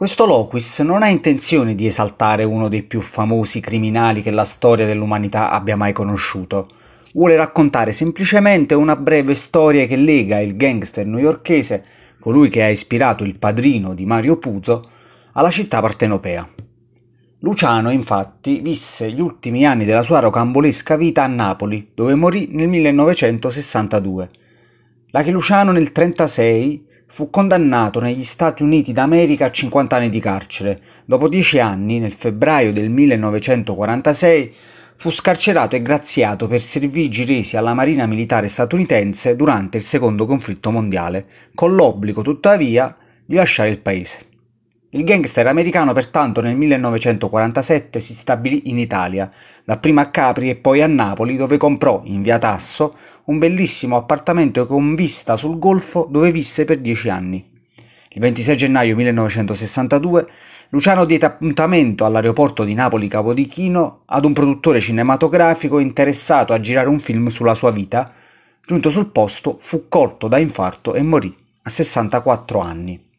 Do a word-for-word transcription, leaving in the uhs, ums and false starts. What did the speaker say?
Questo Loquis non ha intenzione di esaltare uno dei più famosi criminali che la storia dell'umanità abbia mai conosciuto. Vuole raccontare semplicemente una breve storia che lega il gangster newyorkese, colui che ha ispirato Il Padrino di Mario Puzo, alla città partenopea. Luciano, infatti, visse gli ultimi anni della sua rocambolesca vita a Napoli, dove morì nel millenovecentosessantadue. Lucky Luciano nel millenovecentotrentasei fu condannato negli Stati Uniti d'America a cinquanta anni di carcere. Dopo dieci anni, nel febbraio del millenovecentoquarantasei, fu scarcerato e graziato per servigi resi alla Marina Militare statunitense durante il Secondo Conflitto Mondiale, con l'obbligo, tuttavia, di lasciare il paese. Il gangster americano pertanto nel millenovecentoquarantasette si stabilì in Italia, dapprima a Capri e poi a Napoli, dove comprò, in via Tasso, un bellissimo appartamento con vista sul golfo dove visse per dieci anni. Il ventisei gennaio millenovecentosessantadue Luciano diede appuntamento all'aeroporto di Napoli Capodichino ad un produttore cinematografico interessato a girare un film sulla sua vita. Giunto sul posto fu colto da infarto e morì a sessantaquattro anni.